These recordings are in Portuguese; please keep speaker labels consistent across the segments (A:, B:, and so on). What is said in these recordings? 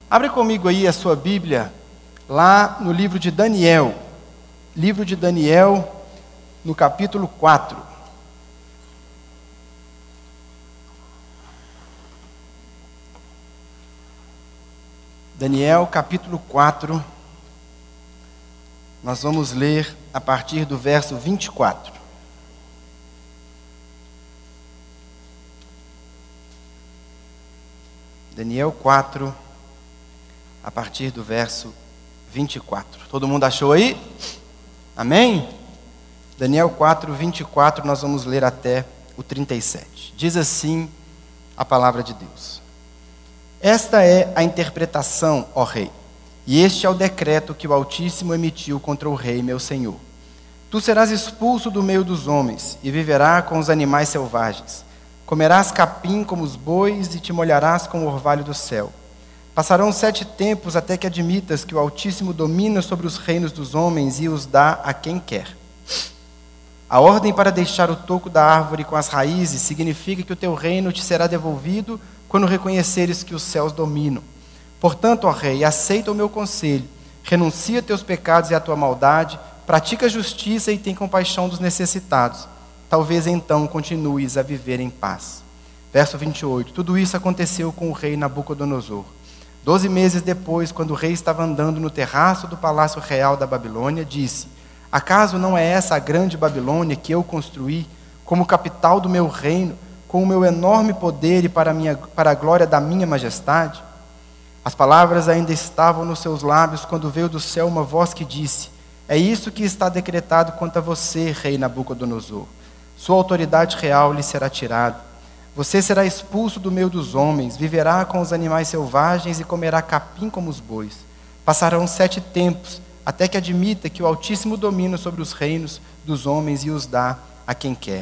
A: Abre comigo aí a sua Bíblia, lá no livro de Daniel. Livro de Daniel, no capítulo 4. Daniel, capítulo 4. Nós vamos ler a partir do verso 24. Daniel 4, a partir do verso 24. Todo mundo achou aí? Amém? Daniel 4, 24, nós vamos ler até o 37. Diz assim a palavra de Deus. Esta é a interpretação, ó rei, e este é o decreto que o Altíssimo emitiu contra o rei, meu senhor. Tu serás expulso do meio dos homens, e viverás com os animais selvagens. Comerás capim como os bois, e te molharás com o orvalho do céu. Passarão 7 tempos até que admitas que o Altíssimo domina sobre os reinos dos homens e os dá a quem quer. A ordem para deixar o toco da árvore com as raízes significa que o teu reino te será devolvido quando reconheceres que os céus dominam. Portanto, ó rei, aceita o meu conselho, renuncia a teus pecados e a tua maldade, pratica a justiça e tem compaixão dos necessitados. Talvez então continues a viver em paz. Verso 28. Tudo isso aconteceu com o rei Nabucodonosor. 12 meses depois, quando o rei estava andando no terraço do palácio real da Babilônia, disse: acaso não é essa a grande Babilônia que eu construí como capital do meu reino, com o meu enorme poder e para a glória da minha majestade? As palavras ainda estavam nos seus lábios quando veio do céu uma voz que disse: é isso que está decretado quanto a você, rei Nabucodonosor. Sua autoridade real lhe será tirada. Você será expulso do meio dos homens, viverá com os animais selvagens e comerá capim como os bois. Passarão 7 tempos, até que admita que o Altíssimo domina sobre os reinos dos homens e os dá a quem quer.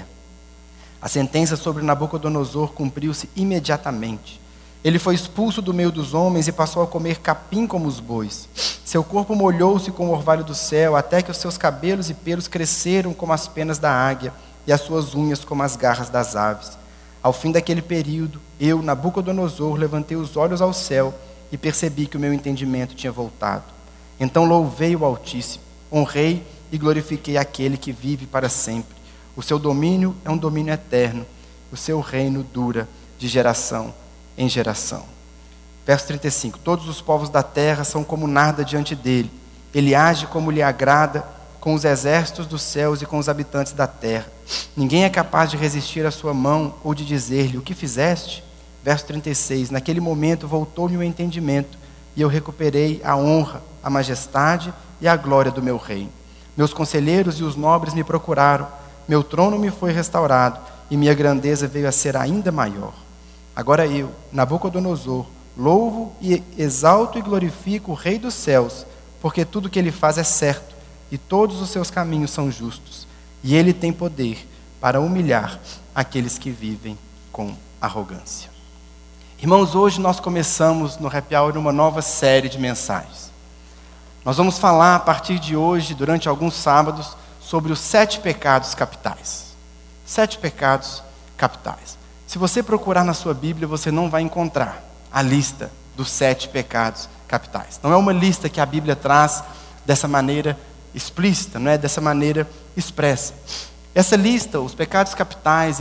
A: A sentença sobre Nabucodonosor cumpriu-se imediatamente. Ele foi expulso do meio dos homens e passou a comer capim como os bois. Seu corpo molhou-se com o orvalho do céu, até que os seus cabelos e pelos cresceram como as penas da águia e as suas unhas como as garras das aves. Ao fim daquele período, eu, Nabucodonosor, levantei os olhos ao céu e percebi que o meu entendimento tinha voltado. Então louvei o Altíssimo, honrei e glorifiquei aquele que vive para sempre. O seu domínio é um domínio eterno, o seu reino dura de geração em geração. Verso 35. Todos os povos da terra são como nada diante dele. Ele age como lhe agrada com os exércitos dos céus e com os habitantes da terra. Ninguém é capaz de resistir à sua mão ou de dizer-lhe: o que fizeste? Verso 36. Naquele momento voltou-me o entendimento e eu recuperei a honra, a majestade e a glória do meu reino. Meus conselheiros e os nobres me procuraram, meu trono me foi restaurado e minha grandeza veio a ser ainda maior. Agora eu, Nabucodonosor, louvo e exalto e glorifico o Rei dos céus, porque tudo que ele faz é certo e todos os seus caminhos são justos, e ele tem poder para humilhar aqueles que vivem com arrogância. Irmãos, hoje nós começamos no Happy Hour uma nova série de mensagens. Nós vamos falar a partir de hoje, durante alguns sábados, sobre os 7 pecados capitais. 7 pecados capitais. Se você procurar na sua Bíblia, você não vai encontrar a lista dos 7 pecados capitais. Não é uma lista que a Bíblia traz dessa maneira explícita, não é dessa maneira expressa. Essa lista, os pecados capitais,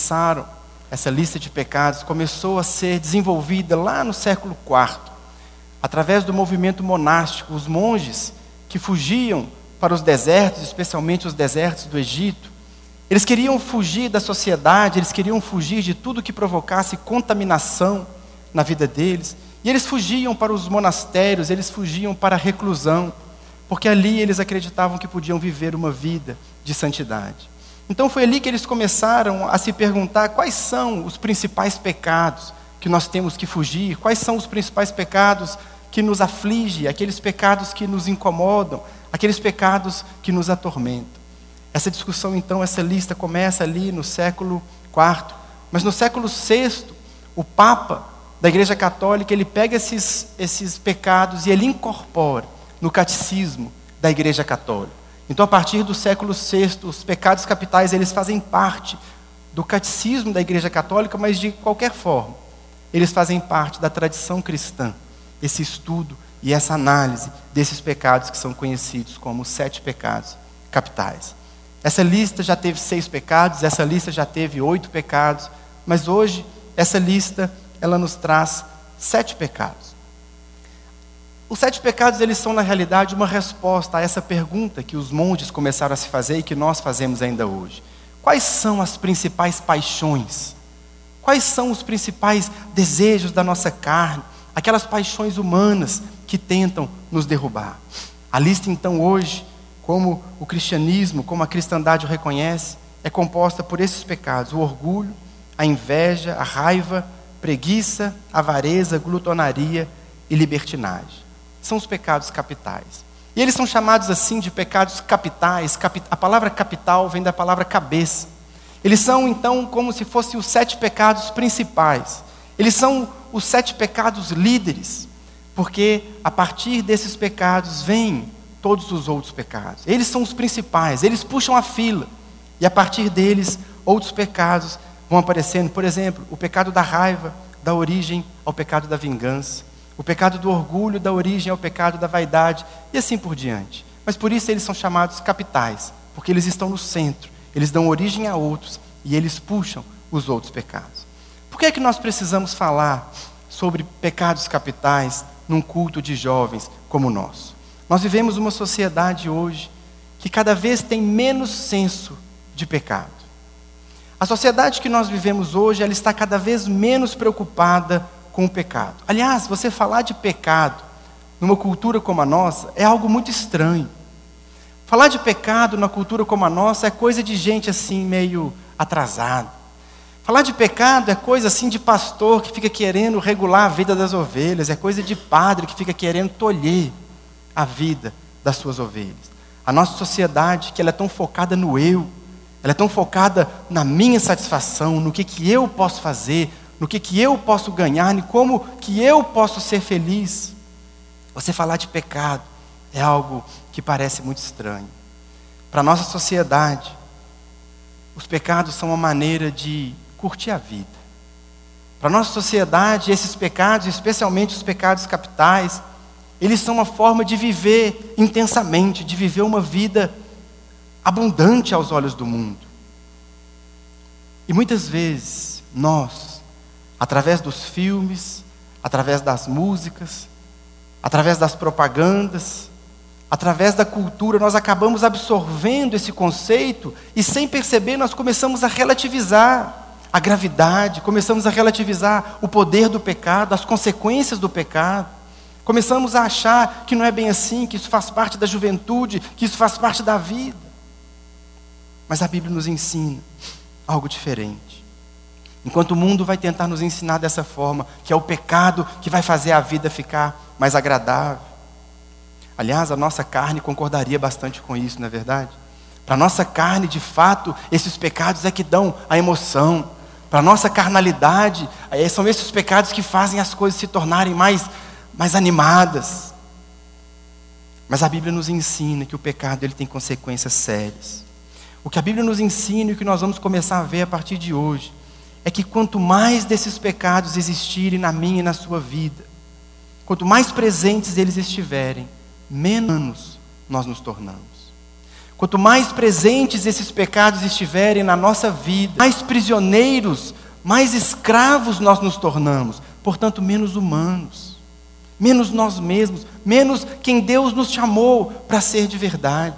A: essa lista de pecados começou a ser desenvolvida lá no século IV, através do movimento monástico. Os monges que fugiam para os desertos, especialmente os desertos do Egito, eles queriam fugir da sociedade, eles queriam fugir de tudo que provocasse contaminação na vida deles, e eles fugiam para os monastérios, eles fugiam para a reclusão, porque ali eles acreditavam que podiam viver uma vida de santidade. Então foi ali que eles começaram a se perguntar quais são os principais pecados que nós temos que fugir, quais são os principais pecados que nos afligem, aqueles pecados que nos incomodam, aqueles pecados que nos atormentam. Essa discussão, então, essa lista começa ali no século IV, mas no século VI, o Papa da Igreja Católica, ele pega esses pecados e ele incorpora no catecismo da Igreja Católica. Então, a partir do século VI, os pecados capitais, eles fazem parte do catecismo da Igreja Católica, mas de qualquer forma, eles fazem parte da tradição cristã. esse estudo e essa análise desses pecados que são conhecidos como os 7 pecados capitais. Essa lista já teve 6 pecados, essa lista já teve 8 pecados, mas hoje essa lista ela nos traz 7 pecados. Os 7 pecados eles são na realidade uma resposta a essa pergunta que os monges começaram a se fazer e que nós fazemos ainda hoje. Quais são as principais paixões? Quais são os principais desejos da nossa carne? Aquelas paixões humanas que tentam nos derrubar. A lista então hoje, como o cristianismo, como a cristandade o reconhece, é composta por esses pecados: o orgulho, a inveja, a raiva, preguiça, avareza, glutonaria e libertinagem. São os pecados capitais. E eles são chamados assim de pecados capitais. A palavra capital vem da palavra cabeça. Eles são então como se fossem os 7 pecados principais. Eles são os 7 pecados líderes, porque a partir desses pecados vêm todos os outros pecados. Eles são os principais, eles puxam a fila. E a partir deles, outros pecados vão aparecendo. Por exemplo, o pecado da raiva dá origem ao pecado da vingança. O pecado do orgulho dá origem ao pecado da vaidade, e assim por diante. Mas por isso eles são chamados capitais, porque eles estão no centro, eles dão origem a outros, e eles puxam os outros pecados. Por que é que nós precisamos falar sobre pecados capitais num culto de jovens como o nosso? Nós vivemos uma sociedade hoje que cada vez tem menos senso de pecado. A sociedade que nós vivemos hoje, ela está cada vez menos preocupada com o pecado. Aliás, você falar de pecado numa cultura como a nossa é algo muito estranho. Falar de pecado na cultura como a nossa é coisa de gente assim meio atrasada. Falar de pecado é coisa assim de pastor que fica querendo regular a vida das ovelhas, é coisa de padre que fica querendo tolher a vida das suas ovelhas. A nossa sociedade, que ela é tão focada no eu, ela é tão focada na minha satisfação, no que eu posso fazer, no que eu posso ganhar, em como que eu posso ser feliz. Você falar de pecado é algo que parece muito estranho. Para a nossa sociedade, os pecados são uma maneira de curtir a vida. Para a nossa sociedade, esses pecados, especialmente os pecados capitais, eles são uma forma de viver intensamente, de viver uma vida abundante aos olhos do mundo. E muitas vezes, nós, através dos filmes, através das músicas, através das propagandas, através da cultura, nós acabamos absorvendo esse conceito e, sem perceber, nós começamos a relativizar a gravidade, começamos a relativizar o poder do pecado, as consequências do pecado. Começamos a achar que não é bem assim, que isso faz parte da juventude, que isso faz parte da vida. Mas a Bíblia nos ensina algo diferente. Enquanto o mundo vai tentar nos ensinar dessa forma, que é o pecado que vai fazer a vida ficar mais agradável. Aliás, a nossa carne concordaria bastante com isso, não é verdade? Para a nossa carne, de fato, esses pecados é que dão a emoção. Para a nossa carnalidade, são esses pecados que fazem as coisas se tornarem mais animadas. Mas a Bíblia nos ensina que o pecado ele tem consequências sérias. O que a Bíblia nos ensina e o que nós vamos começar a ver a partir de hoje é que quanto mais desses pecados existirem na minha e na sua vida, quanto mais presentes eles estiverem, menos nós nos tornamos. Quanto mais presentes esses pecados estiverem na nossa vida, mais prisioneiros, mais escravos nós nos tornamos, portanto menos humanos, menos nós mesmos, menos quem Deus nos chamou para ser de verdade.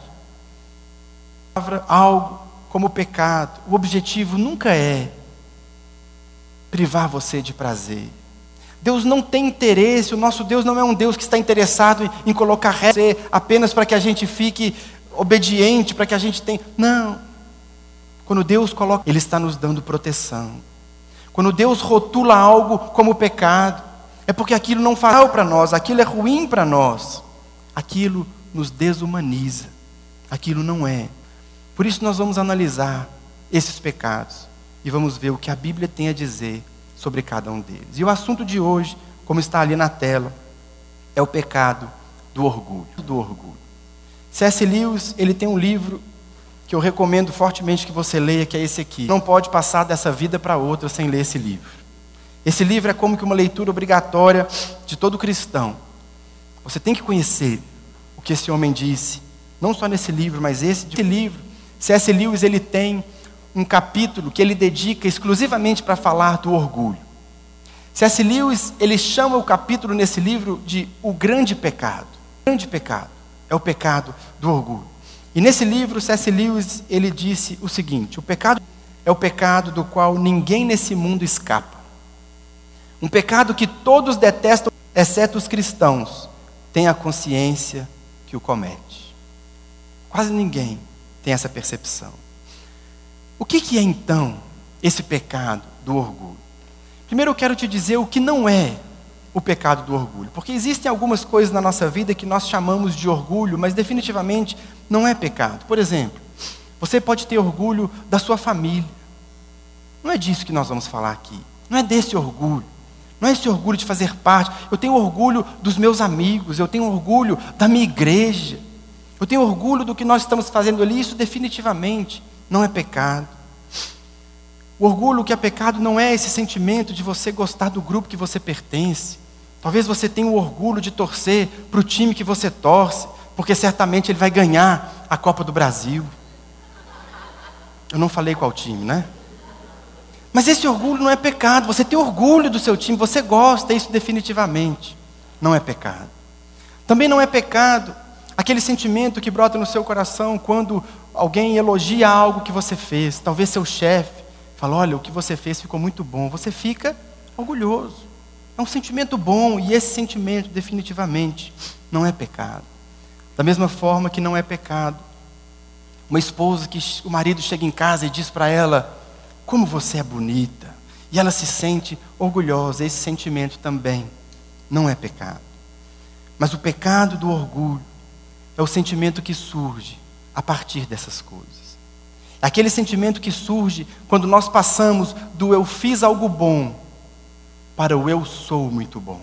A: Algo como o pecado, o objetivo nunca é privar você de prazer. Deus não tem interesse, o nosso Deus não é um Deus que está interessado em colocar regras apenas para que a gente fique obediente, para que a gente tenha... Não. Quando Deus coloca, Ele está nos dando proteção. Quando Deus rotula algo como pecado, é porque aquilo não faz mal para nós, aquilo é ruim para nós. Aquilo nos desumaniza. Aquilo não é. Por isso nós vamos analisar esses pecados e vamos ver o que a Bíblia tem a dizer sobre cada um deles. E o assunto de hoje, como está ali na tela, é o pecado do orgulho. C.S. Lewis, ele tem um livro que eu recomendo fortemente que você leia, que é esse aqui. Não pode passar dessa vida para outra sem ler esse livro. Esse livro é como que uma leitura obrigatória de todo cristão. Você tem que conhecer o que esse homem disse, não só nesse livro, mas esse livro. C.S. Lewis, ele tem um capítulo que ele dedica exclusivamente para falar do orgulho. C.S. Lewis, ele chama o capítulo nesse livro de O Grande Pecado. O grande pecado é o pecado do orgulho. E nesse livro, C.S. Lewis, ele disse o seguinte: o pecado é o pecado do qual ninguém nesse mundo escapa. Um pecado que todos detestam, exceto os cristãos, têm a consciência que o comete. Quase ninguém tem essa percepção. O que é então esse pecado do orgulho? Primeiro eu quero te dizer o que não é o pecado do orgulho, porque existem algumas coisas na nossa vida que nós chamamos de orgulho, mas definitivamente não é pecado. Por exemplo, você pode ter orgulho da sua família. Não é disso que nós vamos falar aqui. Não é desse orgulho. Não é esse orgulho de fazer parte. Eu tenho orgulho dos meus amigos, eu tenho orgulho da minha igreja, eu tenho orgulho do que nós estamos fazendo ali. Isso definitivamente não é pecado. O orgulho que é pecado não é esse sentimento de você gostar do grupo que você pertence. Talvez você tenha o orgulho de torcer para o time que você torce, porque certamente ele vai ganhar a Copa do Brasil. Eu não falei qual time, né? Mas esse orgulho não é pecado. Você tem orgulho do seu time, você gosta, isso definitivamente não é pecado. Também não é pecado aquele sentimento que brota no seu coração quando alguém elogia algo que você fez. Talvez seu chefe fala: olha, o que você fez ficou muito bom. Você fica orgulhoso. É um sentimento bom, e esse sentimento definitivamente não é pecado. Da mesma forma que não é pecado uma esposa que o marido chega em casa e diz para ela: como você é bonita, e ela se sente orgulhosa. Esse sentimento também não é pecado. Mas o pecado do orgulho é o sentimento que surge a partir dessas coisas. É aquele sentimento que surge quando nós passamos do eu fiz algo bom para o eu sou muito bom.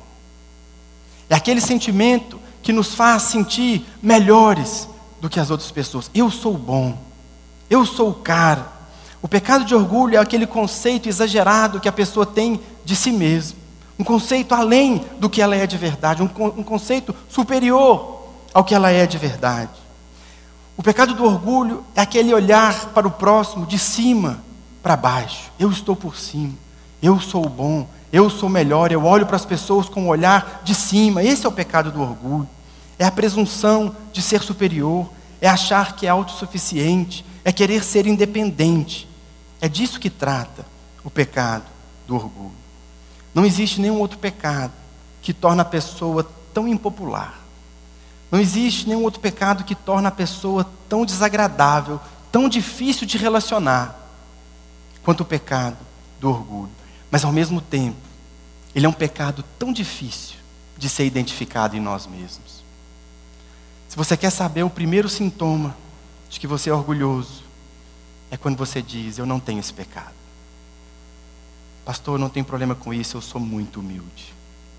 A: É aquele sentimento que nos faz sentir melhores do que as outras pessoas. Eu sou bom, eu sou o cara. O pecado de orgulho é aquele conceito exagerado que a pessoa tem de si mesma. Um conceito além do que ela é de verdade. Um conceito superior ao que ela é de verdade. O pecado do orgulho é aquele olhar para o próximo de cima para baixo. Eu estou por cima. Eu sou bom. Eu sou melhor. Eu olho para as pessoas com um olhar de cima. Esse é o pecado do orgulho. É a presunção de ser superior. É achar que é autossuficiente. É querer ser independente. É disso que trata o pecado do orgulho. Não existe nenhum outro pecado que torna a pessoa tão impopular. Não existe nenhum outro pecado que torna a pessoa tão desagradável, tão difícil de relacionar, quanto o pecado do orgulho. Mas ao mesmo tempo, ele é um pecado tão difícil de ser identificado em nós mesmos. Se você quer saber o primeiro sintoma de que você é orgulhoso, é quando você diz: eu não tenho esse pecado. Pastor, eu não tenho problema com isso, eu sou muito humilde.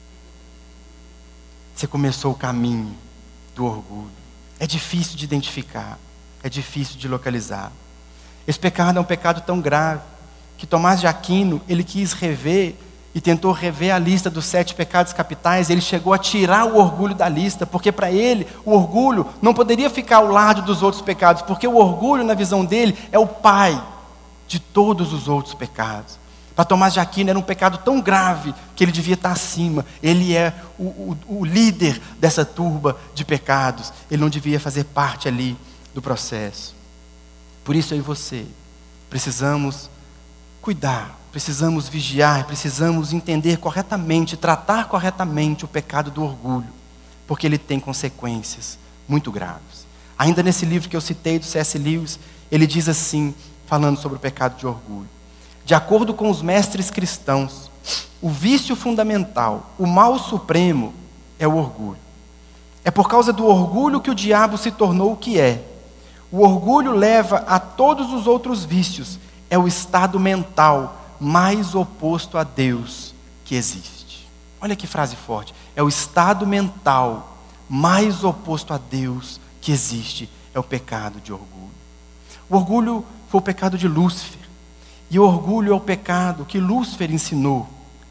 A: Você começou o caminho do orgulho. É difícil de identificar, é difícil de localizar. Esse pecado é um pecado tão grave que Tomás de Aquino, ele quis rever e tentou rever a lista dos 7 pecados capitais. Ele chegou a tirar o orgulho da lista, porque para ele o orgulho não poderia ficar ao lado dos outros pecados, porque o orgulho, na visão dele, é o pai de todos os outros pecados. Para Tomás de Aquino era um pecado tão grave que ele devia estar acima. Ele é o líder dessa turba de pecados. Ele não devia fazer parte ali do processo. Por isso eu e você precisamos cuidar, precisamos vigiar, precisamos entender corretamente, tratar corretamente o pecado do orgulho, porque ele tem consequências muito graves. Ainda nesse livro que eu citei do C.S. Lewis, ele diz assim, falando sobre o pecado de orgulho: de acordo com os mestres cristãos, o vício fundamental, o mal supremo, é o orgulho. É por causa do orgulho que o diabo se tornou o que é. O orgulho leva a todos os outros vícios. É o estado mental mais oposto a Deus que existe. Olha que frase forte. É o estado mental mais oposto a Deus que existe. É o pecado de orgulho. O orgulho foi o pecado de Lúcifer. E o orgulho é o pecado que Lúcifer ensinou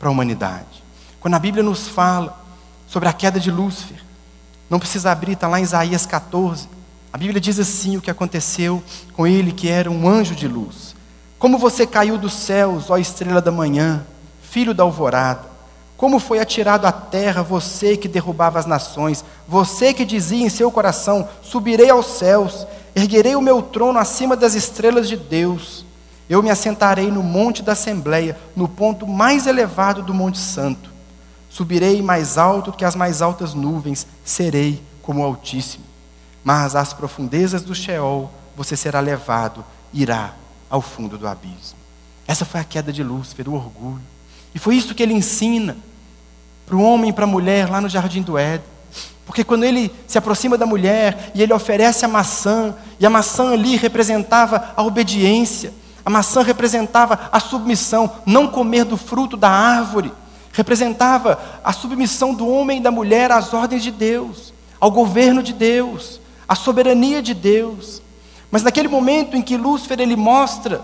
A: para a humanidade. Quando a Bíblia nos fala sobre a queda de Lúcifer, não precisa abrir, está lá em Isaías 14. A Bíblia diz assim o que aconteceu com ele, que era um anjo de luz. Como você caiu dos céus, ó estrela da manhã, filho da alvorada. Como foi atirado à terra você que derrubava as nações, você que dizia em seu coração, subirei aos céus, erguerei o meu trono acima das estrelas de Deus. Eu me assentarei no monte da Assembleia, no ponto mais elevado do Monte Santo. Subirei mais alto que as mais altas nuvens, serei como o Altíssimo. Mas às profundezas do Sheol você será levado, irá ao fundo do abismo. Essa foi a queda de Lúcifer, o orgulho. E foi isso que ele ensina para o homem e para a mulher lá no Jardim do Éden. Porque quando ele se aproxima da mulher e ele oferece a maçã, e a maçã ali representava a obediência, a maçã representava a submissão, não comer do fruto da árvore, representava a submissão do homem e da mulher às ordens de Deus, ao governo de Deus, à soberania de Deus. Mas naquele momento em que Lúcifer ele mostra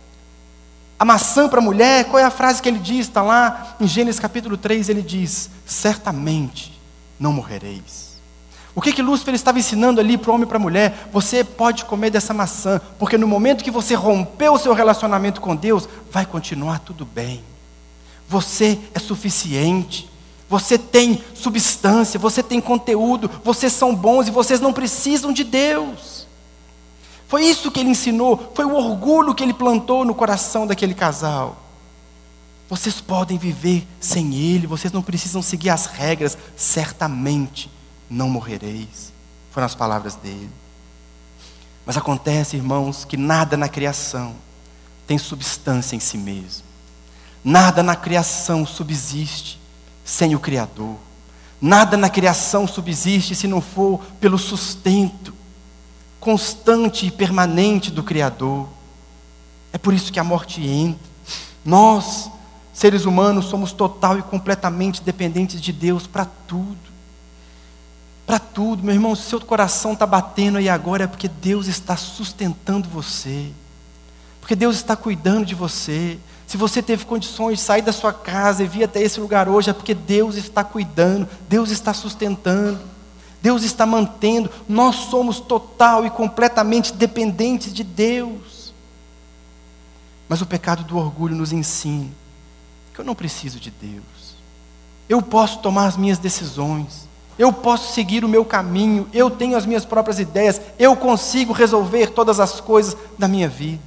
A: a maçã para a mulher, qual é a frase que ele diz? Está lá em Gênesis capítulo 3, ele diz: certamente não morrereis. O que Lúcifer estava ensinando ali para o homem e para a mulher? Você pode comer dessa maçã, porque no momento que você rompeu o seu relacionamento com Deus, vai continuar tudo bem. Você é suficiente, você tem substância, você tem conteúdo, vocês são bons e vocês não precisam de Deus. Foi isso que ele ensinou, foi o orgulho que ele plantou no coração daquele casal. Vocês podem viver sem ele, vocês não precisam seguir as regras, certamente não morrereis. Foram as palavras dele. Mas acontece, irmãos, que nada na criação tem substância em si mesmo. Nada na criação subsiste sem o Criador. Nada na criação subsiste se não for pelo sustento constante e permanente do Criador. É por isso que a morte entra. Nós, seres humanos, somos total e completamente dependentes de Deus para tudo. Para tudo, meu irmão, se seu coração está batendo aí agora é porque Deus está sustentando você. Porque Deus está cuidando de você. Se você teve condições de sair da sua casa e vir até esse lugar hoje, é porque Deus está cuidando, Deus está sustentando, Deus está mantendo. Nós somos total e completamente dependentes de Deus. Mas o pecado do orgulho nos ensina que eu não preciso de Deus. Eu posso tomar as minhas decisões, eu posso seguir o meu caminho, eu tenho as minhas próprias ideias, eu consigo resolver todas as coisas da minha vida.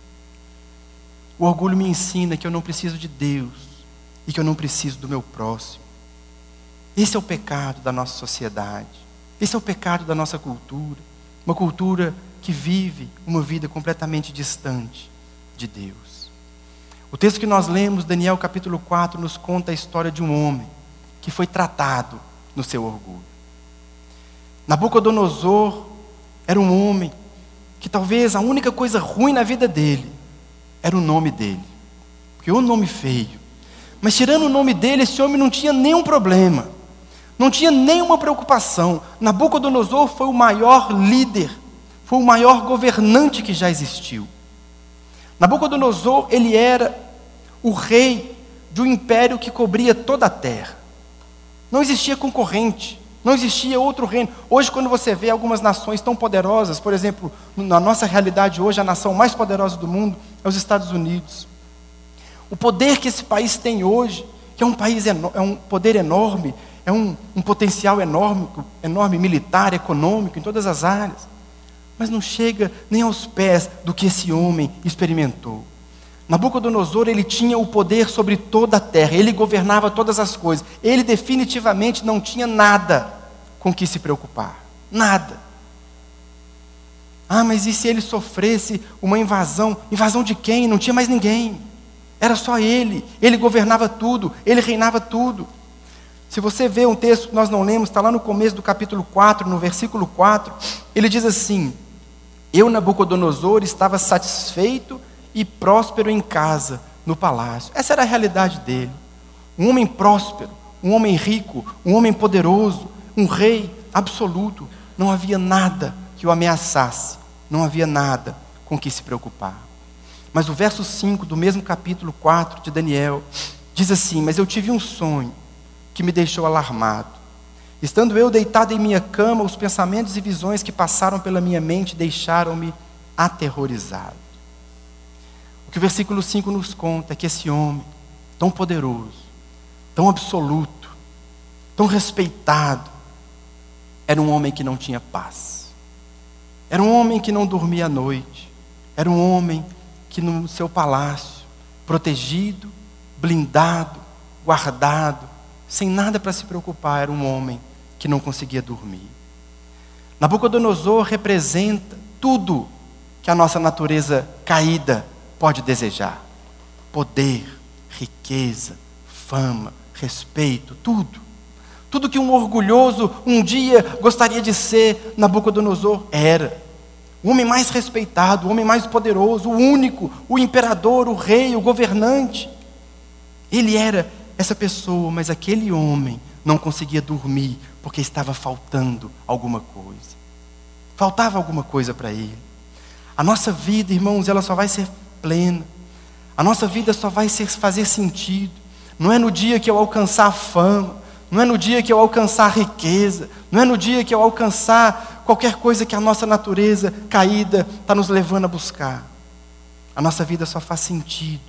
A: O orgulho me ensina que eu não preciso de Deus e que eu não preciso do meu próximo. Esse é o pecado da nossa sociedade. Esse é o pecado da nossa cultura. Uma cultura que vive uma vida completamente distante de Deus. O texto que nós lemos, Daniel capítulo 4, nos conta a história de um homem que foi tratado no seu orgulho. Nabucodonosor era um homem que talvez a única coisa ruim na vida dele era o nome dele. Porque o nome feio. Mas tirando o nome dele, esse homem não tinha nenhum problema. Não tinha nenhuma preocupação. Nabucodonosor foi o maior líder, foi o maior governante que já existiu. Nabucodonosor, ele era o rei de um império que cobria toda a terra. Não existia concorrente, não existia outro reino. Hoje, quando você vê algumas nações tão poderosas, por exemplo, na nossa realidade hoje, a nação mais poderosa do mundo é os Estados Unidos. O poder que esse país tem hoje, que é um país é um poder enorme, é um potencial enorme militar, econômico, em todas as áreas, mas não chega nem aos pés do que esse homem experimentou. Nabucodonosor, ele tinha o poder sobre toda a terra, ele governava todas as coisas, ele definitivamente não tinha nada com que se preocupar, nada. Ah, mas e se ele sofresse uma invasão? Invasão de quem? Não tinha mais ninguém, era só ele governava tudo, ele reinava tudo. Se você vê um texto que nós não lemos, está lá no começo do capítulo 4, no versículo 4, ele diz assim: eu, Nabucodonosor, estava satisfeito e próspero em casa, no palácio. Essa era a realidade dele. Um homem próspero, um homem rico, um homem poderoso, um rei absoluto. Não havia nada que o ameaçasse, não havia nada com que se preocupar. Mas o verso 5 do mesmo capítulo 4 de Daniel Diz assim: mas eu tive um sonho que me deixou alarmado. Estando eu deitado em minha cama, os pensamentos e visões que passaram pela minha mente deixaram-me aterrorizado. O que o versículo 5 nos conta é que esse homem, tão poderoso, tão absoluto, tão respeitado, era um homem que não tinha paz. Era um homem que não dormia à noite. Era um homem que no seu palácio, protegido, blindado, guardado, sem nada para se preocupar, era um homem que não conseguia dormir. Nabucodonosor representa tudo que a nossa natureza caída pode desejar: poder, riqueza, fama, respeito, tudo. Tudo que um orgulhoso um dia gostaria de ser, Nabucodonosor era. O homem mais respeitado, o homem mais poderoso, o único, o imperador, o rei, o governante. Ele era essa pessoa, mas aquele homem não conseguia dormir porque estava faltando alguma coisa. Faltava alguma coisa para ele. A nossa vida, irmãos, ela só vai ser plena. A nossa vida só vai fazer sentido. Não é no dia que eu alcançar a fama, não é no dia que eu alcançar a riqueza, não é no dia que eu alcançar qualquer coisa que a nossa natureza caída está nos levando a buscar. A nossa vida só faz sentido.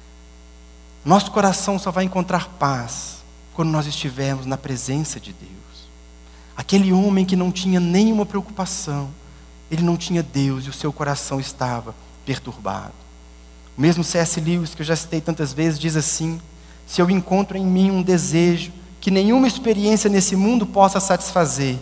A: Nosso coração só vai encontrar paz quando nós estivermos na presença de Deus. Aquele homem que não tinha nenhuma preocupação, ele não tinha Deus e o seu coração estava perturbado. O mesmo C.S. Lewis, que eu já citei tantas vezes, diz assim: se eu encontro em mim um desejo que nenhuma experiência nesse mundo possa satisfazer,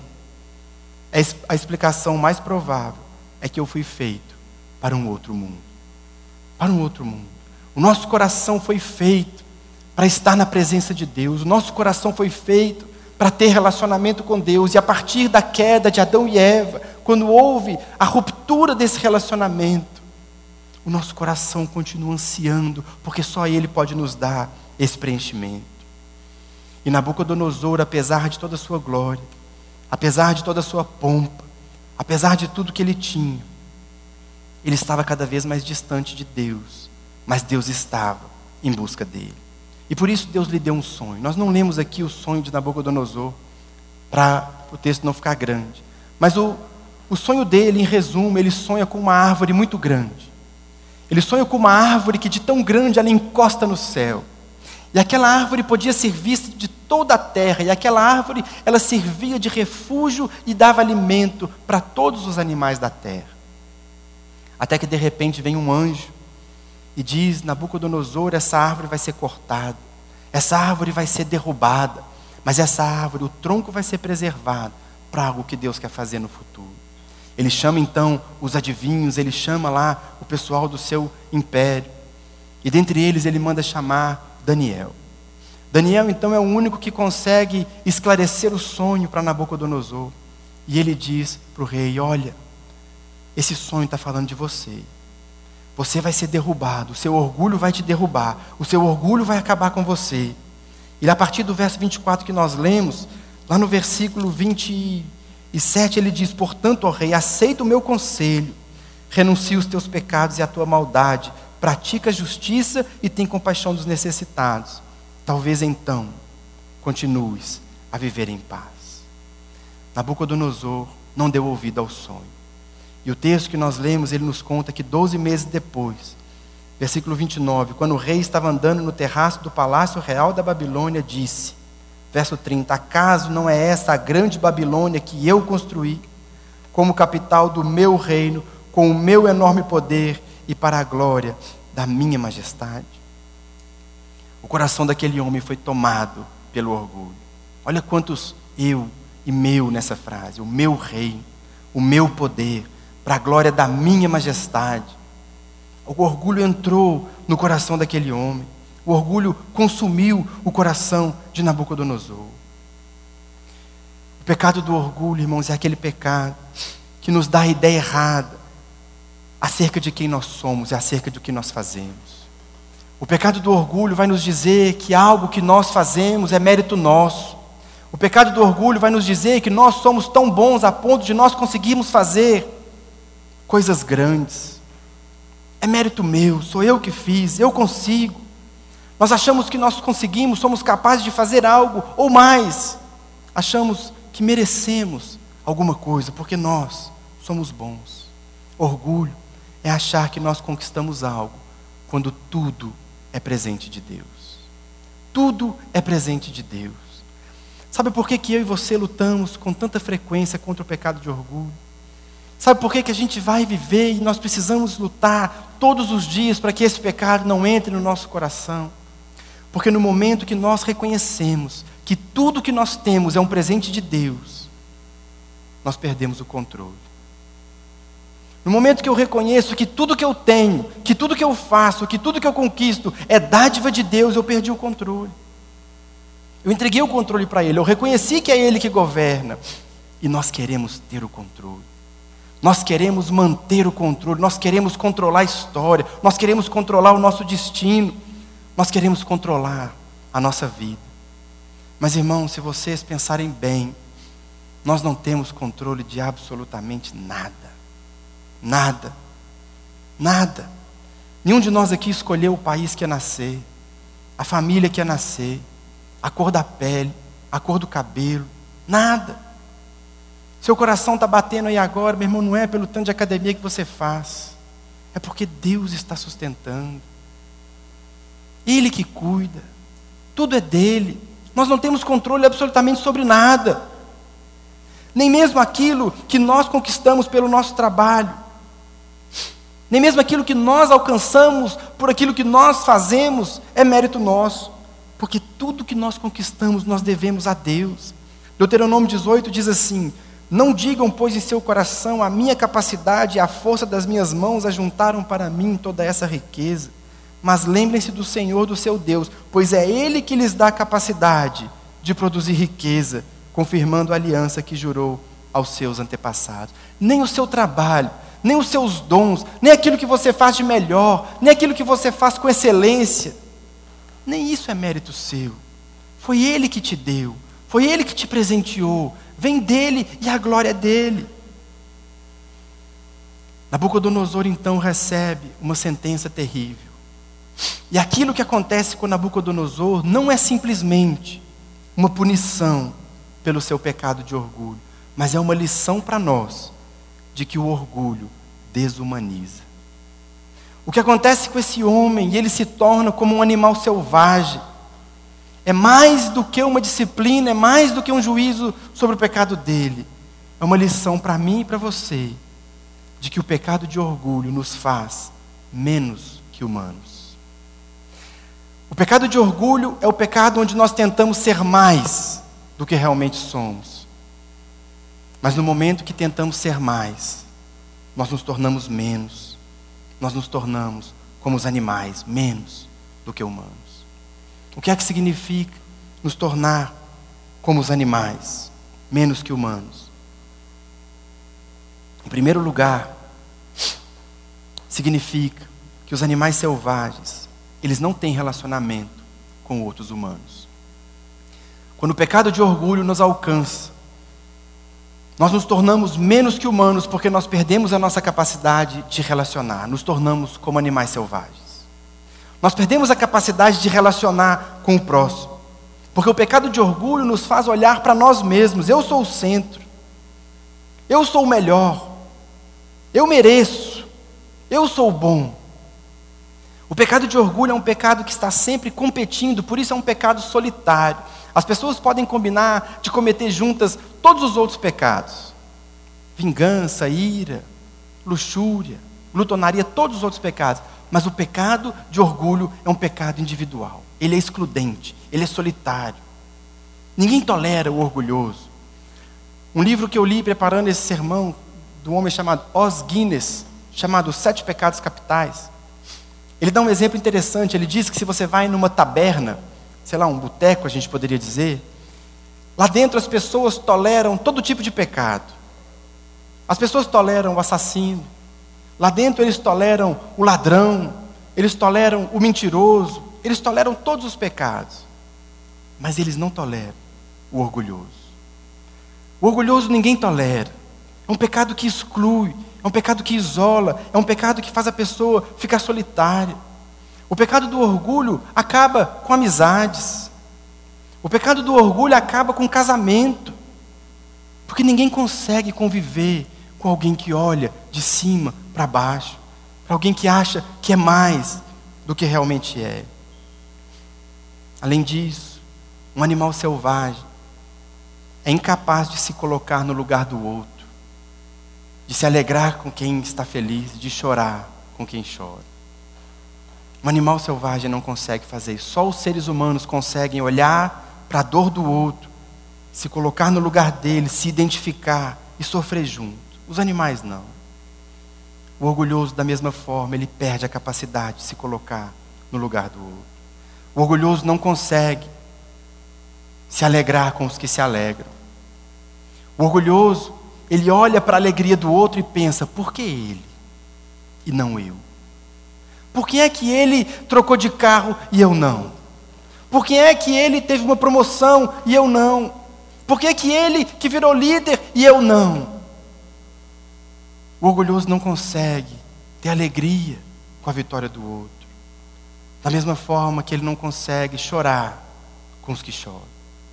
A: a explicação mais provável é que eu fui feito para um outro mundo. Para um outro mundo. O nosso coração foi feito para estar na presença de Deus. O nosso coração foi feito para ter relacionamento com Deus. E a partir da queda de Adão e Eva, quando houve a ruptura desse relacionamento, o nosso coração continua ansiando, porque só Ele pode nos dar esse preenchimento. E Nabucodonosor, apesar de toda a sua glória, apesar de toda a sua pompa, apesar de tudo que ele tinha, ele estava cada vez mais distante de Deus, mas Deus estava em busca dele. E por isso Deus lhe deu um sonho. Nós não lemos aqui o sonho de Nabucodonosor, para o texto não ficar grande. Mas o sonho dele, em resumo, ele sonha com uma árvore muito grande. Ele sonha com uma árvore que de tão grande ela encosta no céu. E aquela árvore podia ser vista de toda a terra. E aquela árvore, ela servia de refúgio e dava alimento para todos os animais da terra. Até que de repente vem um anjo e diz: Nabucodonosor, essa árvore vai ser cortada. Essa árvore vai ser derrubada. Mas essa árvore, o tronco vai ser preservado para algo que Deus quer fazer no futuro. Ele chama então os adivinhos, ele chama lá o pessoal do seu império. E dentre eles ele manda chamar Daniel. Daniel então é o único que consegue esclarecer o sonho para Nabucodonosor. E ele diz para o rei: olha, esse sonho está falando de você. Você vai ser derrubado, o seu orgulho vai te derrubar, o seu orgulho vai acabar com você. E a partir do verso 24 que nós lemos, lá no versículo 27 ele diz: portanto, ó rei, aceita o meu conselho, renuncia os teus pecados e a tua maldade, pratica a justiça e tem compaixão dos necessitados. Talvez então continues a viver em paz. Nabucodonosor não deu ouvido ao sonho. E o texto que nós lemos, ele nos conta que 12 meses depois, versículo 29, quando o rei estava andando no terraço do palácio real da Babilônia, disse, verso 30, acaso não é essa a grande Babilônia que eu construí, como capital do meu reino, com o meu enorme poder e para a glória da minha majestade? O coração daquele homem foi tomado pelo orgulho. Olha quantos eu e meu nessa frase. O meu reino, o meu poder, para a glória da minha majestade. O orgulho entrou no coração daquele homem. O orgulho consumiu o coração de Nabucodonosor. O pecado do orgulho, irmãos, é aquele pecado que nos dá a ideia errada acerca de quem nós somos e acerca do que nós fazemos. O pecado do orgulho vai nos dizer que algo que nós fazemos é mérito nosso. O pecado do orgulho vai nos dizer que nós somos tão bons a ponto de nós conseguirmos fazer coisas grandes. É mérito meu, sou eu que fiz, eu consigo. Nós achamos que nós conseguimos, somos capazes de fazer algo ou mais. Achamos que merecemos alguma coisa, porque nós somos bons. Orgulho é achar que nós conquistamos algo, quando tudo é presente de Deus. Tudo é presente de Deus. Sabe por que eu e você lutamos com tanta frequência contra o pecado de orgulho? Sabe por que a gente vai viver e nós precisamos lutar todos os dias para que esse pecado não entre no nosso coração? Porque no momento que nós reconhecemos que tudo que nós temos é um presente de Deus, nós perdemos o controle. No momento que eu reconheço que tudo que eu tenho, que tudo que eu faço, que tudo que eu conquisto é dádiva de Deus, eu perdi o controle. Eu entreguei o controle para Ele, eu reconheci que é Ele que governa. E nós queremos ter o controle. Nós queremos manter o controle, nós queremos controlar a história, nós queremos controlar o nosso destino, nós queremos controlar a nossa vida. Mas irmãos, se vocês pensarem bem, nós não temos controle de absolutamente nada. Nada. Nada. Nenhum de nós aqui escolheu o país que ia nascer, a família que ia nascer, a cor da pele, a cor do cabelo. Nada. Seu coração está batendo aí agora, meu irmão, não é pelo tanto de academia que você faz. É porque Deus está sustentando. Ele que cuida. Tudo é dele. Nós não temos controle absolutamente sobre nada. Nem mesmo aquilo que nós conquistamos pelo nosso trabalho. Nem mesmo aquilo que nós alcançamos por aquilo que nós fazemos é mérito nosso. Porque tudo que nós conquistamos nós devemos a Deus. Deuteronômio 18 diz assim: não digam, pois, em seu coração, a minha capacidade e a força das minhas mãos ajuntaram para mim toda essa riqueza. Mas lembrem-se do Senhor, do seu Deus, pois é Ele que lhes dá a capacidade de produzir riqueza, confirmando a aliança que jurou aos seus antepassados. Nem o seu trabalho, nem os seus dons, nem aquilo que você faz de melhor, nem aquilo que você faz com excelência, nem isso é mérito seu. Foi Ele que te deu, foi Ele que te presenteou, vem dEle e a glória é dEle. Nabucodonosor então recebe uma sentença terrível. E aquilo que acontece com Nabucodonosor não é simplesmente uma punição pelo seu pecado de orgulho, mas é uma lição para nós de que o orgulho desumaniza. O que acontece com esse homem, ele se torna como um animal selvagem. É mais do que uma disciplina, é mais do que um juízo sobre o pecado dele. É uma lição para mim e para você, de que o pecado de orgulho nos faz menos que humanos. O pecado de orgulho é o pecado onde nós tentamos ser mais do que realmente somos. Mas no momento que tentamos ser mais, nós nos tornamos menos. Nós nos tornamos como os animais, menos do que humanos. O que é que significa nos tornar como os animais, menos que humanos? Em primeiro lugar, significa que os animais selvagens, eles não têm relacionamento com outros humanos. Quando o pecado de orgulho nos alcança, nós nos tornamos menos que humanos porque nós perdemos a nossa capacidade de relacionar, nos tornamos como animais selvagens. Nós perdemos a capacidade de relacionar com o próximo, porque o pecado de orgulho nos faz olhar para nós mesmos. Eu sou o centro, eu sou o melhor, eu mereço, eu sou o bom. O pecado de orgulho é um pecado que está sempre competindo, por isso é um pecado solitário. As pessoas podem combinar de cometer juntas todos os outros pecados. Vingança, ira, luxúria, glutonaria, todos os outros pecados. Mas o pecado de orgulho é um pecado individual. Ele é excludente, ele é solitário. Ninguém tolera o orgulhoso. Um livro que eu li preparando esse sermão, de um homem chamado Os Guinness, chamado Os 7 Pecados Capitais. Ele dá um exemplo interessante. Ele diz que se você vai numa taberna, sei lá, um boteco a gente poderia dizer, lá dentro as pessoas toleram todo tipo de pecado. As pessoas toleram o assassino, lá dentro eles toleram o ladrão, eles toleram o mentiroso, eles toleram todos os pecados, mas eles não toleram o orgulhoso. O orgulhoso ninguém tolera, é um pecado que exclui, é um pecado que isola, é um pecado que faz a pessoa ficar solitária. O pecado do orgulho acaba com amizades. O pecado do orgulho acaba com casamento. Porque ninguém consegue conviver com alguém que olha de cima para baixo, para alguém que acha que é mais do que realmente é. Além disso, um animal selvagem é incapaz de se colocar no lugar do outro, de se alegrar com quem está feliz, de chorar com quem chora. Um animal selvagem não consegue fazer isso. Só os seres humanos conseguem olhar para a dor do outro, se colocar no lugar dele, se identificar e sofrer junto. Os animais não. O orgulhoso, da mesma forma, ele perde a capacidade de se colocar no lugar do outro. O orgulhoso não consegue se alegrar com os que se alegram. O orgulhoso, ele olha para a alegria do outro e pensa: por que ele e não eu? Por que é que ele trocou de carro e eu não? Por que é que ele teve uma promoção e eu não? Por que é que ele que virou líder e eu não? O orgulhoso não consegue ter alegria com a vitória do outro. Da mesma forma que ele não consegue chorar com os que choram.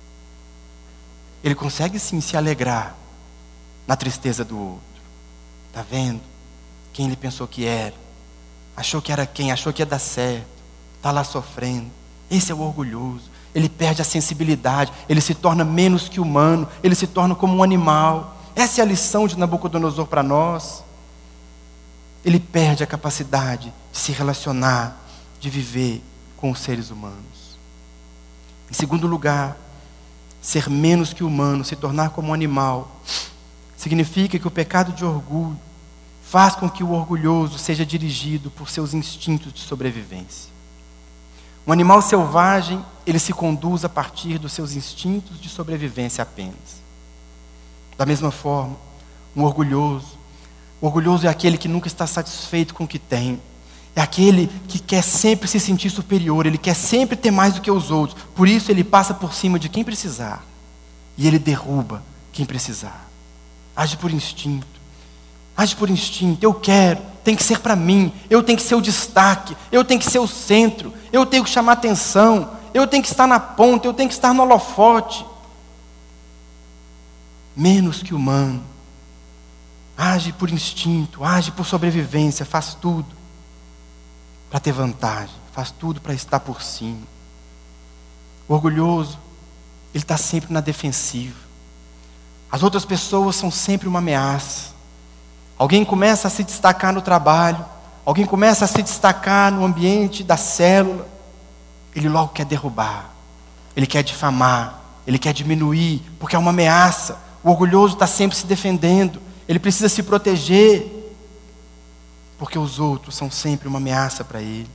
A: Ele consegue sim se alegrar na tristeza do outro. Está vendo? Quem ele pensou que era. Achou que era quem, achou que ia dar certo. Está lá sofrendo. Esse é o orgulhoso. Ele perde a sensibilidade. Ele se torna menos que humano. Ele se torna como um animal. Essa é a lição de Nabucodonosor para nós. Ele perde a capacidade de se relacionar, de viver com os seres humanos. Em segundo lugar, ser menos que humano, se tornar como um animal, significa que o pecado de orgulho faz com que o orgulhoso seja dirigido por seus instintos de sobrevivência. Um animal selvagem, ele se conduz a partir dos seus instintos de sobrevivência apenas. Da mesma forma, o orgulhoso é aquele que nunca está satisfeito com o que tem. É aquele que quer sempre se sentir superior, ele quer sempre ter mais do que os outros. Por isso ele passa por cima de quem precisar. E ele derruba quem precisar. Age por instinto. Age por instinto. Eu quero, tem que ser para mim. Eu tenho que ser o destaque. Eu tenho que ser o centro. Eu tenho que chamar atenção. Eu tenho que estar na ponta. Eu tenho que estar no holofote. Menos que humano. Age por instinto, age por sobrevivência, faz tudo para ter vantagem, faz tudo para estar por cima. O orgulhoso, ele está sempre na defensiva. As outras pessoas são sempre uma ameaça. Alguém começa a se destacar no trabalho, alguém começa a se destacar no ambiente da célula, ele logo quer derrubar, ele quer difamar, ele quer diminuir, porque é uma ameaça. O orgulhoso está sempre se defendendo. Ele precisa se proteger, porque os outros são sempre uma ameaça para ele.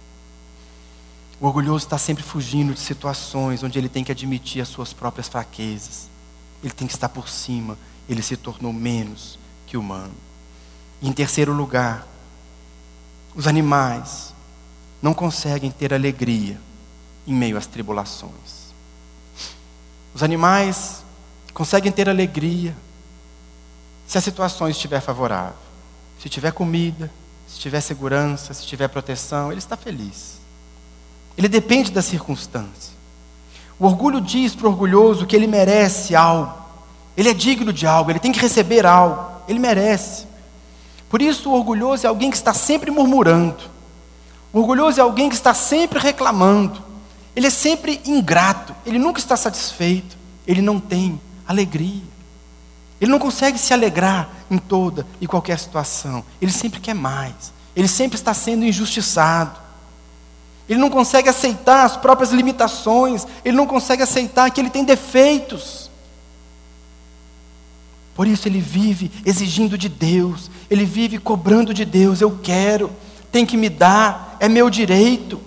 A: O orgulhoso está sempre fugindo de situações onde ele tem que admitir as suas próprias fraquezas. Ele tem que estar por cima, ele se tornou menos que humano. E em terceiro lugar, os animais não conseguem ter alegria em meio às tribulações. Os animais conseguem ter alegria se a situação estiver favorável, se tiver comida, se tiver segurança, se tiver proteção, ele está feliz. Ele depende da circunstância. O orgulho diz para o orgulhoso que ele merece algo, ele é digno de algo, ele tem que receber algo, ele merece. Por isso o orgulhoso é alguém que está sempre murmurando. O orgulhoso é alguém que está sempre reclamando. Ele é sempre ingrato, ele nunca está satisfeito, ele não tem alegria. Ele não consegue se alegrar em toda e qualquer situação. Ele sempre quer mais. Ele sempre está sendo injustiçado. Ele não consegue aceitar as próprias limitações. Ele não consegue aceitar que ele tem defeitos. Por isso ele vive exigindo de Deus. Ele vive cobrando de Deus. Eu quero, tem que me dar, é meu direito.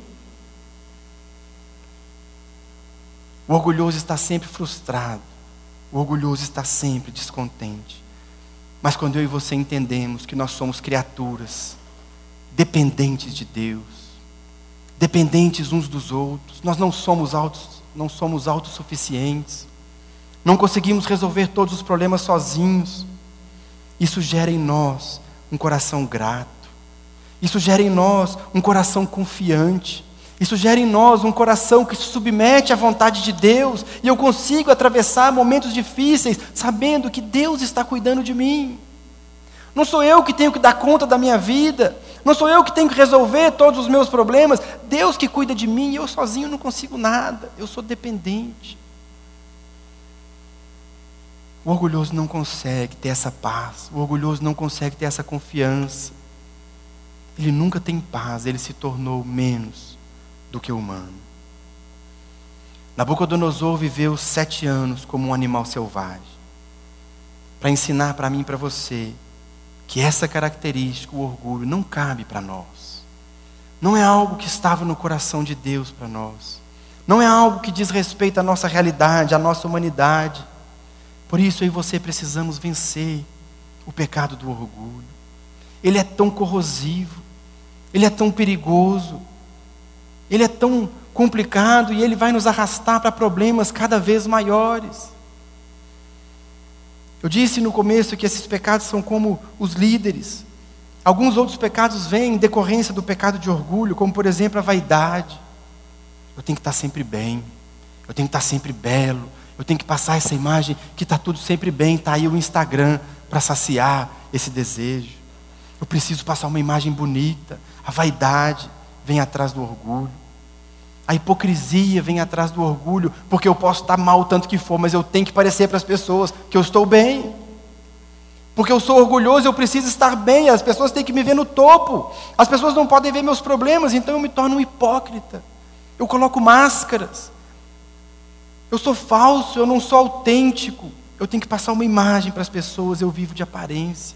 A: O orgulhoso está sempre frustrado. O orgulhoso está sempre descontente. Mas quando eu e você entendemos que nós somos criaturas dependentes de Deus, dependentes uns dos outros, nós não somos autossuficientes, não conseguimos resolver todos os problemas sozinhos, isso gera em nós um coração grato. Isso gera em nós um coração confiante. Isso gera em nós um coração que se submete à vontade de Deus. E eu consigo atravessar momentos difíceis sabendo que Deus está cuidando de mim. Não sou eu que tenho que dar conta da minha vida. Não sou eu que tenho que resolver todos os meus problemas. Deus que cuida de mim e eu sozinho não consigo nada. Eu sou dependente. O orgulhoso não consegue ter essa paz. O orgulhoso não consegue ter essa confiança. Ele nunca tem paz. Ele se tornou menos do que humano. Nabucodonosor viveu 7 anos como um animal selvagem. Para ensinar para mim e para você que essa característica, o orgulho, não cabe para nós. Não é algo que estava no coração de Deus para nós. Não é algo que diz respeito à nossa realidade, à nossa humanidade. Por isso eu e você precisamos vencer o pecado do orgulho. Ele é tão corrosivo, ele é tão perigoso, ele é tão complicado e ele vai nos arrastar para problemas cada vez maiores. Eu disse no começo que esses pecados são como os líderes. Alguns outros pecados vêm em decorrência do pecado de orgulho, como por exemplo a vaidade. Eu tenho que estar sempre bem, eu tenho que estar sempre belo, eu tenho que passar essa imagem que está tudo sempre bem, está aí o Instagram para saciar esse desejo. Eu preciso passar uma imagem bonita. A vaidade vem atrás do orgulho. A hipocrisia vem atrás do orgulho, porque eu posso estar mal o tanto que for, mas eu tenho que parecer para as pessoas que eu estou bem. Porque eu sou orgulhoso, eu preciso estar bem, as pessoas têm que me ver no topo. As pessoas não podem ver meus problemas, então eu me torno um hipócrita. Eu coloco máscaras. Eu sou falso, eu não sou autêntico. Eu tenho que passar uma imagem para as pessoas, eu vivo de aparência.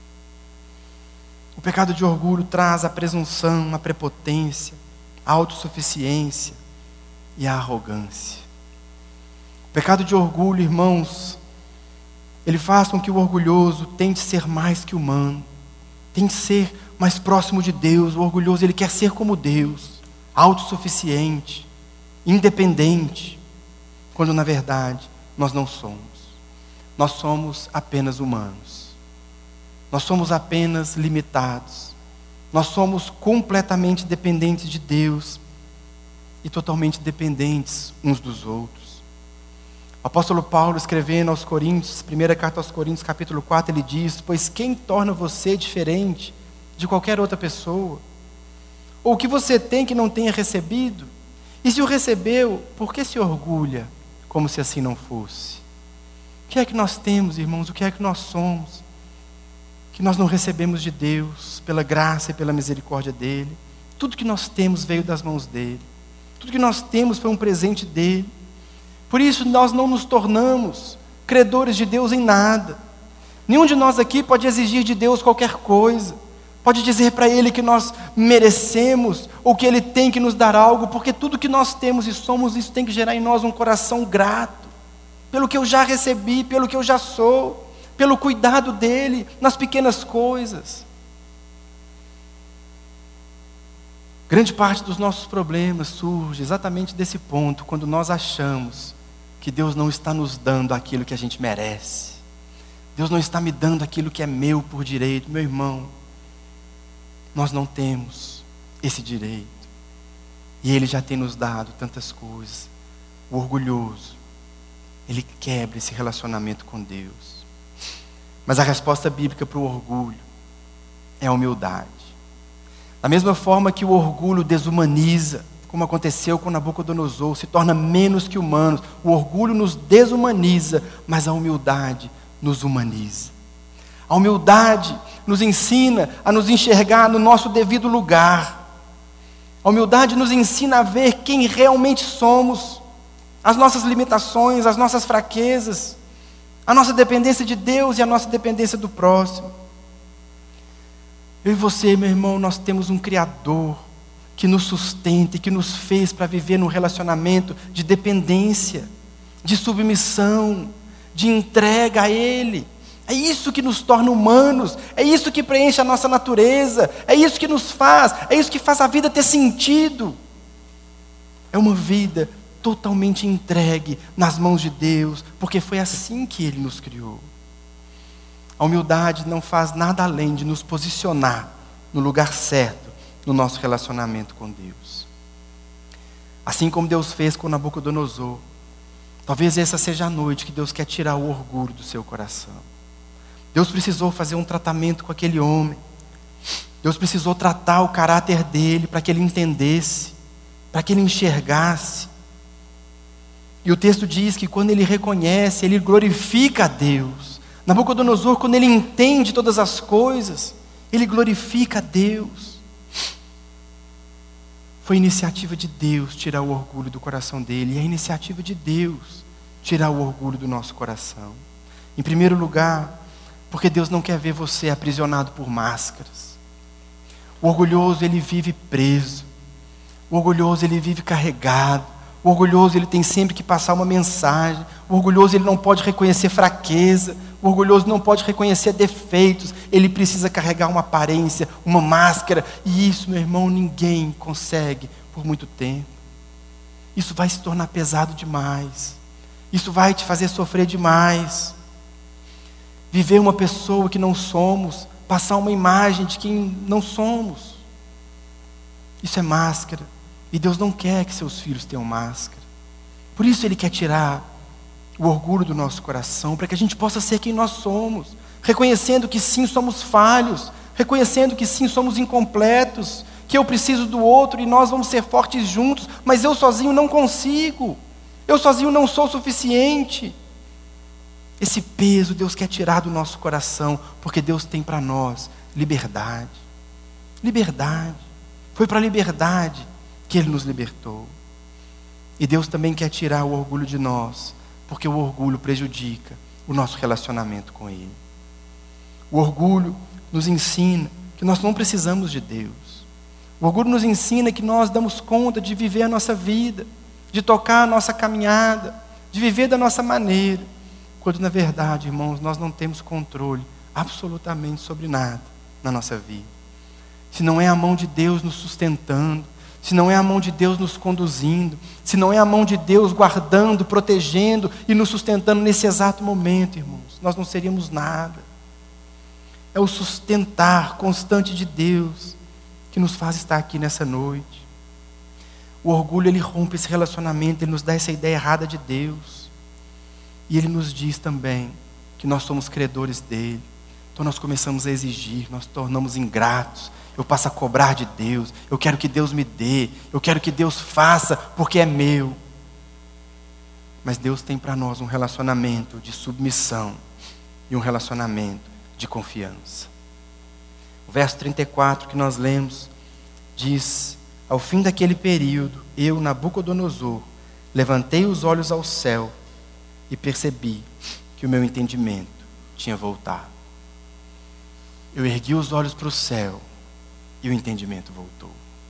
A: O pecado de orgulho traz a presunção, a prepotência, a autossuficiência e a arrogância. O pecado de orgulho, irmãos, ele faz com que o orgulhoso tente ser mais que humano, tente ser mais próximo de Deus. O orgulhoso, ele quer ser como Deus, autossuficiente, independente, quando na verdade nós não somos. Nós somos apenas humanos. Nós somos apenas limitados. Nós somos completamente dependentes de Deus e totalmente dependentes uns dos outros. O apóstolo Paulo, escrevendo aos Coríntios, primeira carta aos Coríntios, capítulo 4, ele diz: pois quem torna você diferente de qualquer outra pessoa? Ou o que você tem que não tenha recebido? E se o recebeu, por que se orgulha como se assim não fosse? O que é que nós temos, irmãos? O que é que nós somos? Que nós não recebemos de Deus, pela graça e pela misericórdia dEle. Tudo que nós temos veio das mãos dEle. Tudo que nós temos foi um presente dEle. Por isso nós não nos tornamos credores de Deus em nada. Nenhum de nós aqui pode exigir de Deus qualquer coisa. Pode dizer para Ele que nós merecemos, ou que Ele tem que nos dar algo, porque tudo que nós temos e somos, isso tem que gerar em nós um coração grato, pelo que eu já recebi, pelo que eu já sou, pelo cuidado dEle nas pequenas coisas. Grande parte dos nossos problemas surge exatamente desse ponto, quando nós achamos que Deus não está nos dando aquilo que a gente merece. Deus não está me dando aquilo que é meu por direito. Meu irmão, nós não temos esse direito. E Ele já tem nos dado tantas coisas. O orgulhoso, ele quebra esse relacionamento com Deus. Mas a resposta bíblica para o orgulho é a humildade. Da mesma forma que o orgulho desumaniza, como aconteceu com Nabucodonosor, se torna menos que humanos. O orgulho nos desumaniza, mas a humildade nos humaniza. A humildade nos ensina a nos enxergar no nosso devido lugar. A humildade nos ensina a ver quem realmente somos, as nossas limitações, as nossas fraquezas, a nossa dependência de Deus e a nossa dependência do próximo. Eu e você, meu irmão, nós temos um Criador que nos sustenta e que nos fez para viver num relacionamento de dependência, de submissão, de entrega a Ele. É isso que nos torna humanos, é isso que preenche a nossa natureza, é isso que nos faz, é isso que faz a vida ter sentido. É uma vida totalmente entregue nas mãos de Deus, porque foi assim que Ele nos criou. A humildade não faz nada além de nos posicionar no lugar certo no nosso relacionamento com Deus. Assim como Deus fez com Nabucodonosor, talvez essa seja a noite que Deus quer tirar o orgulho do seu coração. Deus precisou fazer um tratamento com aquele homem. Deus precisou tratar o caráter dele para que ele entendesse, para que ele enxergasse. E o texto diz que quando ele reconhece, ele glorifica a Deus. Nabucodonosor, quando ele entende todas as coisas, ele glorifica a Deus. Foi iniciativa de Deus tirar o orgulho do coração dele. E é iniciativa de Deus tirar o orgulho do nosso coração. Em primeiro lugar, porque Deus não quer ver você aprisionado por máscaras. O orgulhoso, ele vive preso. O orgulhoso, ele vive carregado. O orgulhoso, ele tem sempre que passar uma mensagem. O orgulhoso, ele não pode reconhecer fraqueza. O orgulhoso não pode reconhecer defeitos. Ele precisa carregar uma aparência, uma máscara. E isso, meu irmão, ninguém consegue por muito tempo. Isso vai se tornar pesado demais. Isso vai te fazer sofrer demais. Viver uma pessoa que não somos, passar uma imagem de quem não somos. Isso é máscara. E Deus não quer que seus filhos tenham máscara. Por isso Ele quer tirar o orgulho do nosso coração, para que a gente possa ser quem nós somos, reconhecendo que sim, somos falhos, reconhecendo que sim, somos incompletos, que eu preciso do outro e nós vamos ser fortes juntos, mas eu sozinho não consigo, eu sozinho não sou suficiente. Esse peso Deus quer tirar do nosso coração, porque Deus tem para nós liberdade. Liberdade. Foi para a liberdade que Ele nos libertou. E Deus também quer tirar o orgulho de nós, porque o orgulho prejudica o nosso relacionamento com Ele. O orgulho nos ensina que nós não precisamos de Deus. O orgulho nos ensina que nós damos conta de viver a nossa vida, de tocar a nossa caminhada, de viver da nossa maneira, quando na verdade, irmãos, nós não temos controle absolutamente sobre nada na nossa vida. Se não é a mão de Deus nos sustentando, se não é a mão de Deus nos conduzindo, se não é a mão de Deus guardando, protegendo e nos sustentando nesse exato momento, irmãos, nós não seríamos nada. É o sustentar constante de Deus que nos faz estar aqui nessa noite. O orgulho, ele rompe esse relacionamento, ele nos dá essa ideia errada de Deus. E ele nos diz também que nós somos credores dele. Então nós começamos a exigir, nós tornamos ingratos. Eu passo a cobrar de Deus, eu quero que Deus me dê, eu quero que Deus faça, porque é meu. Mas Deus tem para nós um relacionamento de submissão e um relacionamento de confiança. O verso 34 que nós lemos diz: ao fim daquele período, eu, Nabucodonosor, levantei os olhos ao céu e percebi que o meu entendimento tinha voltado. Eu ergui os olhos para o céu e o entendimento voltou.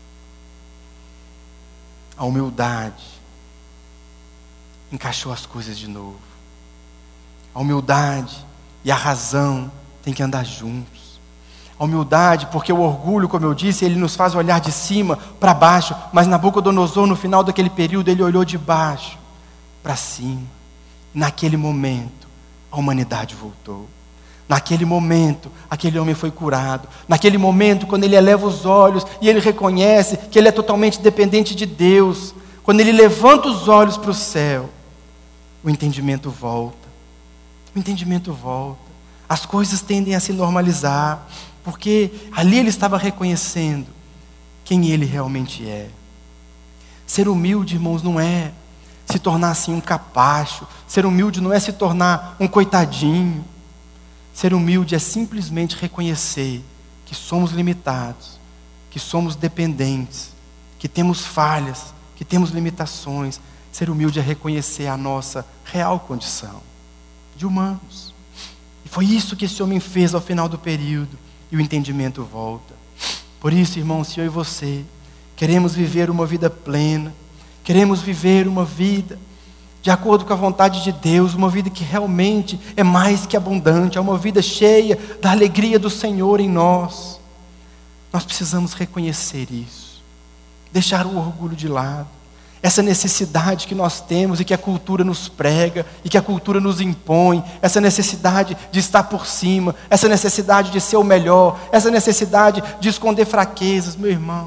A: A humildade encaixou as coisas de novo. A humildade e a razão têm que andar juntos. A humildade, porque o orgulho, como eu disse, ele nos faz olhar de cima para baixo, mas Nabucodonosor, no final daquele período, ele olhou de baixo para cima. Naquele momento, a humanidade voltou. Naquele momento, aquele homem foi curado. Naquele momento, quando ele eleva os olhos e ele reconhece que ele é totalmente dependente de Deus, quando ele levanta os olhos para o céu, o entendimento volta. O entendimento volta. As coisas tendem a se normalizar, porque ali ele estava reconhecendo quem ele realmente é. Ser humilde, irmãos, não é se tornar assim um capacho. Ser humilde não é se tornar um coitadinho. Ser humilde é simplesmente reconhecer que somos limitados, que somos dependentes, que temos falhas, que temos limitações. Ser humilde é reconhecer a nossa real condição de humanos. E foi isso que esse homem fez ao final do período, e o entendimento volta. Por isso, irmãos, se eu e você queremos viver uma vida plena, queremos viver uma vida de acordo com a vontade de Deus, uma vida que realmente é mais que abundante, é uma vida cheia da alegria do Senhor em nós. Nós precisamos reconhecer isso, deixar o orgulho de lado. essa necessidade que nós temos e que a cultura nos prega e que a cultura nos impõe, essa necessidade de estar por cima, essa necessidade de ser o melhor, essa necessidade de esconder fraquezas, meu irmão.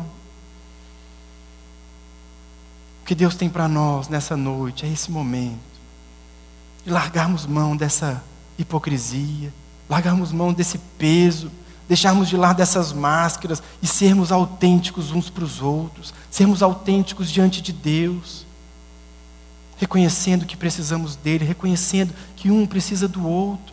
A: O que Deus tem para nós nessa noite é esse momento de largarmos mão dessa hipocrisia, largarmos mão desse peso, deixarmos de lado essas máscaras e sermos autênticos uns para os outros, sermos autênticos diante de Deus, reconhecendo que precisamos dele, reconhecendo que um precisa do outro.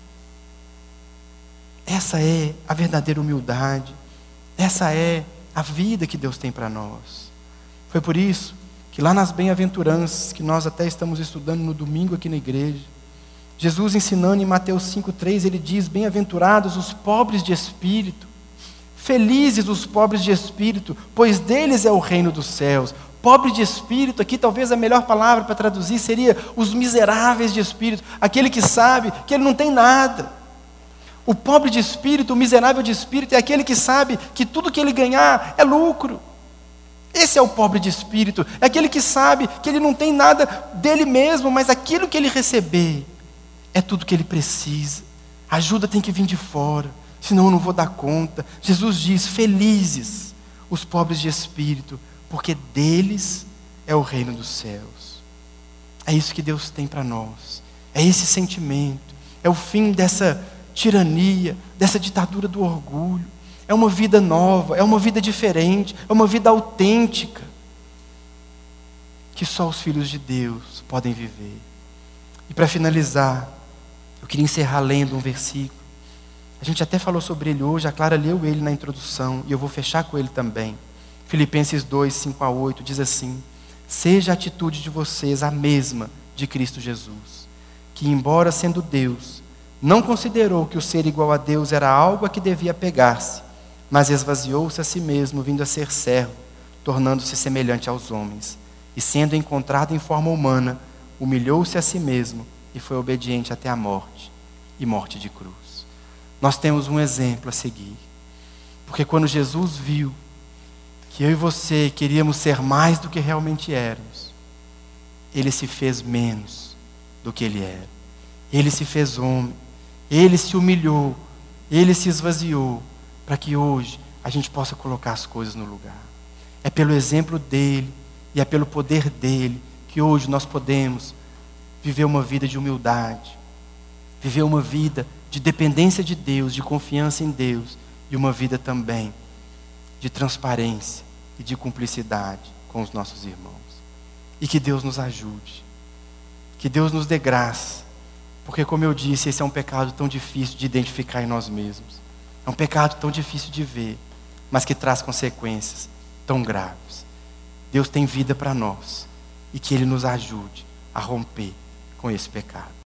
A: Essa é a verdadeira humildade, essa é a vida que Deus tem para nós. Foi por isso que lá nas bem-aventuranças, que nós até estamos estudando no domingo aqui na igreja, Jesus ensinando em Mateus 5,3, ele diz: bem-aventurados os pobres de espírito, felizes os pobres de espírito, pois deles é o reino dos céus. Pobre de espírito, aqui talvez a melhor palavra para traduzir seria os miseráveis de espírito, aquele que sabe que ele não tem nada. O pobre de espírito, o miserável de espírito é aquele que sabe que tudo que ele ganhar é lucro. Esse é o pobre de espírito, é aquele que sabe que ele não tem nada dele mesmo, mas aquilo que ele receber é tudo que ele precisa. A ajuda tem que vir de fora, senão eu não vou dar conta. Jesus diz: felizes os pobres de espírito, porque deles é o reino dos céus. É isso que Deus tem para nós, é esse sentimento, é o fim dessa tirania, dessa ditadura do orgulho. É uma vida nova, é uma vida diferente, é uma vida autêntica, que só os filhos de Deus podem viver. E para finalizar, eu queria encerrar lendo um versículo. A gente até falou sobre ele hoje, a Clara leu ele na introdução, e eu vou fechar com ele também. Filipenses 2, 5-8, diz assim: seja a atitude de vocês a mesma de Cristo Jesus, que embora sendo Deus, não considerou que o ser igual a Deus era algo a que devia apegar-se, mas esvaziou-se a si mesmo, vindo a ser servo, tornando-se semelhante aos homens. E sendo encontrado em forma humana, humilhou-se a si mesmo e foi obediente até a morte, e morte de cruz. Nós temos um exemplo a seguir, porque quando Jesus viu que eu e você queríamos ser mais do que realmente éramos, Ele se fez menos do que Ele era. Ele se fez homem, Ele se humilhou, Ele se esvaziou, para que hoje a gente possa colocar as coisas no lugar. É pelo exemplo dEle e é pelo poder dEle que hoje nós podemos viver uma vida de humildade, viver uma vida de dependência de Deus, de confiança em Deus, e uma vida também de transparência e de cumplicidade com os nossos irmãos. E que Deus nos ajude, que Deus nos dê graça, porque, como eu disse, esse é um pecado tão difícil de identificar em nós mesmos, é um pecado tão difícil de ver, mas que traz consequências tão graves. Deus tem vida para nós, e que Ele nos ajude a romper com esse pecado.